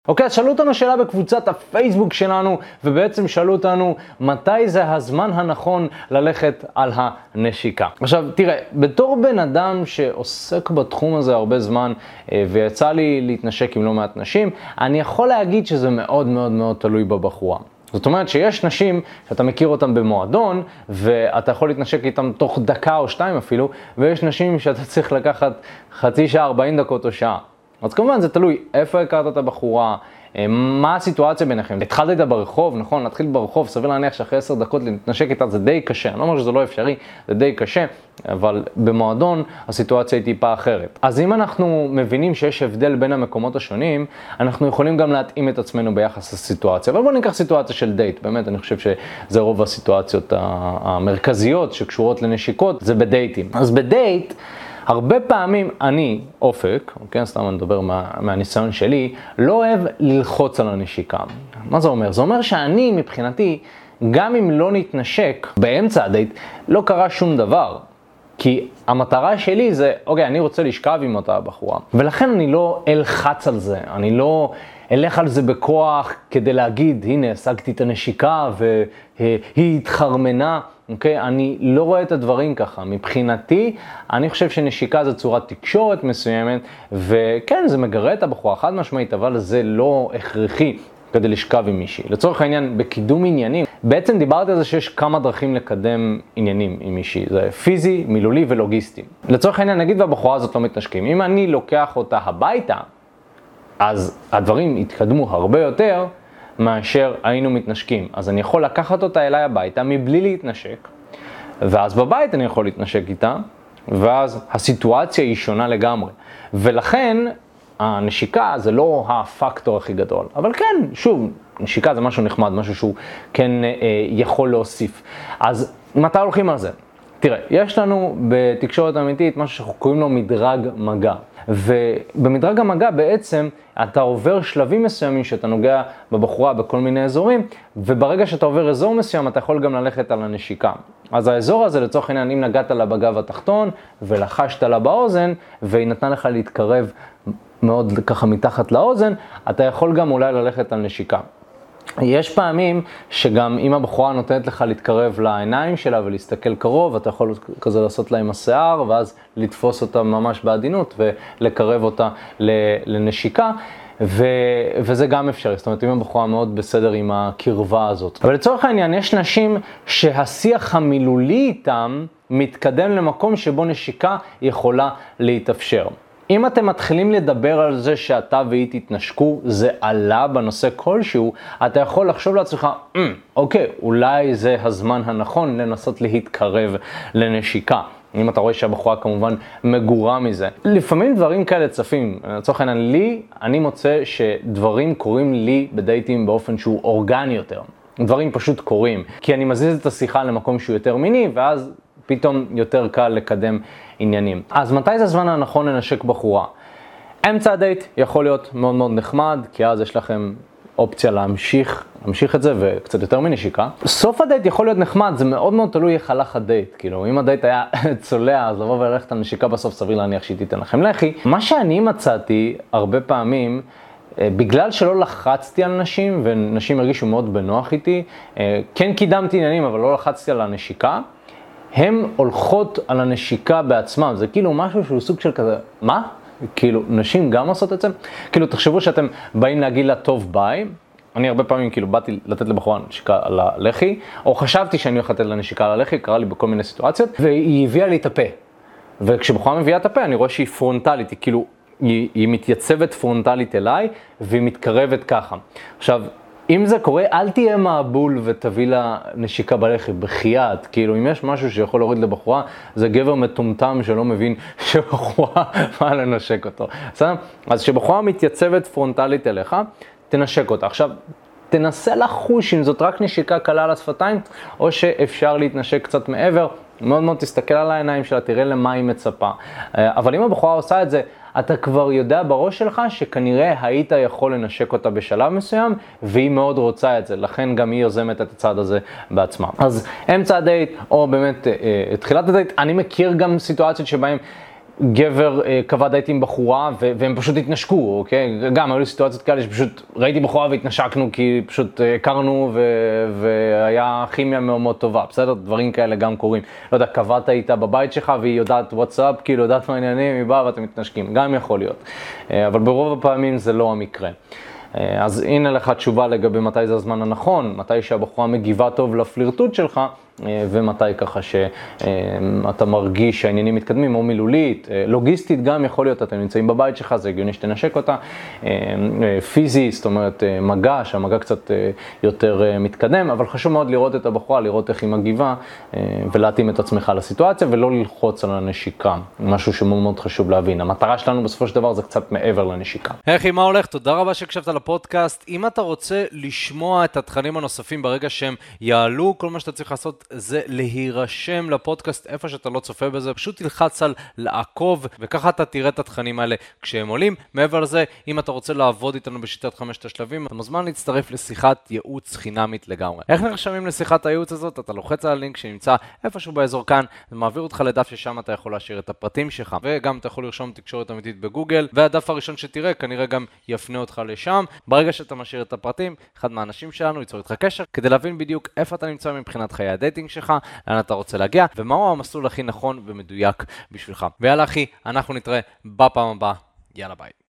אוקיי, אז שאלו אותנו שאלה בקבוצת הפייסבוק שלנו, ובעצם שאלו אותנו מתי זה הזמן הנכון ללכת על הנשיקה. עכשיו, תראה, בתור בן אדם שעוסק בתחום הזה הרבה זמן, ויצא לי להתנשק עם לא מעט נשים, אני יכול להגיד שזה מאוד מאוד מאוד תלוי בבחורה. זאת אומרת שיש נשים שאתה מכיר אותם במועדון, ואתה יכול להתנשק איתם תוך דקה או שתיים אפילו, ויש נשים שאתה צריך לקחת חצי שעה, 40 דקות או שעה. אז כמובן זה תלוי איפה הכרת את הבחורה, מה הסיטואציה ביניכם. התחלת איתה ברחוב, נכון? להתחיל ברחוב, סביר להניח שאחרי 10 דקות להתנשק איתה זה די קשה. אני לא אומר שזה לא אפשרי, זה די קשה, אבל במועדון הסיטואציה היא טיפה אחרת. אז אם אנחנו מבינים שיש הבדל בין המקומות השונים, אנחנו יכולים גם להתאים את עצמנו ביחס לסיטואציה. אבל בואו ניקח סיטואציה של דייט. באמת, אני חושב שזה רוב הסיטואציות המרכזיות שקשורות לנשיקות, זה בדייטים. אז בדייט, הרבה פעמים אני, אופק, אוקיי, סתם אני מדבר מהניסיון שלי, לא אוהב ללחוץ על הנשיקה. מה זה אומר? זה אומר שאני, מבחינתי, גם אם לא נתנשק באמצע הדייט, לא קרה שום דבר. כי המטרה שלי זה, אוקיי, אני רוצה לשכב עם אותה בחורה. ולכן אני לא אלחץ על זה, אני לא אלך על זה בכוח כדי להגיד, הנה, השגתי את הנשיקה והיא התחרמנה. אוקיי, אני לא רואה את הדברים ככה. מבחינתי, אני חושב שנשיקה זה צורת תקשורת מסוימת, וכן, זה מגרה את הבחורה חד משמעית, אבל זה לא הכרחי כדי לשכב עם מישהי. לצורך העניין, בקידום עניינים, בעצם דיברתי על זה שיש כמה דרכים לקדם עניינים עם מישהי. זה פיזי, מילולי ולוגיסטי. לצורך העניין, נגיד והבחורה הזאת לא מתנשקים. אם אני לוקח אותה הביתה, אז הדברים יתקדמו הרבה יותר, מאשר היינו מתנשקים. אז אני יכול לקחת אותה אליי הביתה מבלי להתנשק, ואז בבית אני יכול להתנשק איתה, ואז הסיטואציה היא שונה לגמרי. ולכן הנשיקה זה לא הפקטור הכי גדול. אבל כן, שוב, נשיקה זה משהו נחמד, משהו שהוא כן יכול להוסיף. אז מתי הולכים על זה? תראה, יש לנו בתקשורת אמיתית משהו שאנחנו קוראים לו מדרג מגע. ובמדרג המגע בעצם אתה עובר שלבים מסוימים שאתה נוגע בבחורה בכל מיני אזורים, וברגע שאתה עובר אזור מסוים אתה יכול גם ללכת על הנשיקה. אז האזור הזה לצורך העניין, אם נגעת לה בגב התחתון ולחשת לה באוזן, והיא נתנה לך להתקרב מאוד ככה מתחת לאוזן, אתה יכול גם אולי ללכת על נשיקה. יש פעמים שגם אם הבחורה נותנת לך להתקרב לעיניים שלה ולהסתכל קרוב, אתה יכול כזה לעשות לה עם השיער, ואז לתפוס אותה ממש בעדינות ולקרב אותה לנשיקה, וזה גם אפשרי. זאת אומרת, אם הבחורה מאוד בסדר עם הקרבה הזאת. אבל לצורך העניין, יש נשים שהשיח המילולי איתם מתקדם למקום שבו נשיקה יכולה להתאפשר. אם אתם מתחילים לדבר על זה שאתה והיא תתנשקו, זה עלה בנושא כלשהו, אתה יכול לחשוב לעצמך, אוקיי, אולי זה הזמן הנכון לנסות להתקרב לנשיקה. אם אתה רואה שהבחורה כמובן מגורה מזה. לפעמים דברים כאלה צפים. לצורך העניין, אני מוצא שדברים קורים לי בדייטים באופן שהוא אורגני יותר. דברים פשוט קורים. כי אני מזיז את השיחה למקום שהוא יותר מיני, ואז פתאום יותר קל לקדם עניינים. אז מתי זה הזמן הנכון לנשק בחורה? אמצע הדייט יכול להיות מאוד מאוד נחמד, כי אז יש לכם אופציה להמשיך את זה וקצת יותר מנשיקה. סוף הדייט יכול להיות נחמד, זה מאוד מאוד תלוי איך הלך הדייט. כאילו, אם הדייט היה צולע, אז לבוא וללכת על נשיקה בסוף סביר להניח שהיא תיתן לכם לחי. מה שאני מצאתי הרבה פעמים, בגלל שלא לחצתי על נשים, ונשים הרגישו מאוד בנוח איתי, כן קידמתי עניינים, אבל לא לחצתי על הנשיקה, הן הולכות על הנשיקה בעצמם. זה כאילו משהו שהוא סוג של כזה, מה? כאילו, נשים גם עושות את זה? כאילו, תחשבו שאתם באים להגיד לה טוב ביי. אני הרבה פעמים כאילו באתי לתת לבחורה נשיקה על הלחי, או חשבתי שאני הולך לתת לה נשיקה על הלחי, קרה לי בכל מיני סיטואציות, והיא הביאה לי את הפה. וכשבחורה מביאה את הפה, אני רואה שהיא פרונטלית, היא כאילו, היא מתייצבת פרונטלית אליי, והיא מתקרבת ככה. עכשיו, אם זה קורה, אל תהיה מעבול ותביא לה נשיקה בלחי, בחייאת. כאילו, אם יש משהו שיכול להוריד לבחורה, זה גבר מטומטם שלא מבין שבחורה מה לנשק אותו. בסדר? אז כשבחורה מתייצבת פרונטלית אליך, תנשק אותה. עכשיו, תנסה לחוש אם זאת רק נשיקה קלה על השפתיים, או שאפשר להתנשק קצת מעבר. מאוד מאוד תסתכל על העיניים שלה, תראה למה היא מצפה. אבל אם הבחורה עושה את זה, אתה כבר יודע בראש שלך שכנראה היית יכול לנשק אותה בשלב מסוים, והיא מאוד רוצה את זה, לכן גם היא יוזמת את הצעד הזה בעצמה. אז אמצע הדייט, או באמת תחילת הדייט, אני מכיר גם סיטואציות שבהן גבר קבע דייט עם בחורה והם פשוט התנשקו, אוקיי? גם היו לי סיטואציות כאלה שפשוט ראיתי בחורה והתנשקנו כי פשוט הכרנו והיה כימיה מאוד טובה, בסדר? דברים כאלה גם קורים. לא יודע, קבעת איתה בבית שלך והיא יודעת וואטסאפ, כאילו יודעת מה העניינים, היא באה ואתם מתנשקים, גם יכול להיות. אבל ברוב הפעמים זה לא המקרה. אז הנה לך תשובה לגבי מתי זה הזמן הנכון, מתי שהבחורה מגיבה טוב לפלירטוט שלך, ומתי ככה שאתה מרגיש שהעניינים מתקדמים, או מילולית, לוגיסטית גם יכול להיות, אתם נמצאים בבית שלך, זה הגיוני שתנשק אותה, פיזי, זאת אומרת מגע, שהמגע קצת יותר מתקדם, אבל חשוב מאוד לראות את הבחורה, לראות איך היא מגיבה, ולהתאים את עצמך לסיטואציה, ולא ללחוץ על הנשיקה, משהו שמאוד מאוד חשוב להבין. המטרה שלנו בסופו של דבר זה קצת מעבר לנשיקה. היי, מה הולך? תודה רבה שהקשבת לפודקאסט. אם אתה רוצה לשמוע את התכנים הנוספים ברגע שהם יעלו, כל מה שאתה צריך לעשות זה להירשם לפודקאסט איפה שאתה לא צופה בזה, פשוט תלחץ על לעקוב, וככה אתה תראה את התכנים האלה כשהם עולים. מעבר לזה, אם אתה רוצה לעבוד איתנו בשיטת 5 השלבים, אתה מוזמן להצטרף לשיחת ייעוץ חינמית לגמרי. איך נרשמים לשיחת הייעוץ הזאת? אתה לוחץ על הלינק שנמצא איפשהו באזור כאן, זה מעביר אותך לדף ששם אתה יכול להשאיר את הפרטים שלך, וגם אתה יכול לרשום תקשורת אמיתית בגוגל, והדף הראשון שתראה כנראה גם יפנה אותך לשם. ברגע שאתה משאיר את הפרטים, אחד מהאנשים שלנו ייצור איתך קשר כדי להבין בדיוק איפה אתה נמצא מבחינת חיי הדייטינג שלך, לאן אתה רוצה להגיע, ומהו המסלול הכי נכון ומדויק בשבילך. ויאללה אחי, אנחנו נתראה בפעם הבאה. יאללה ביי.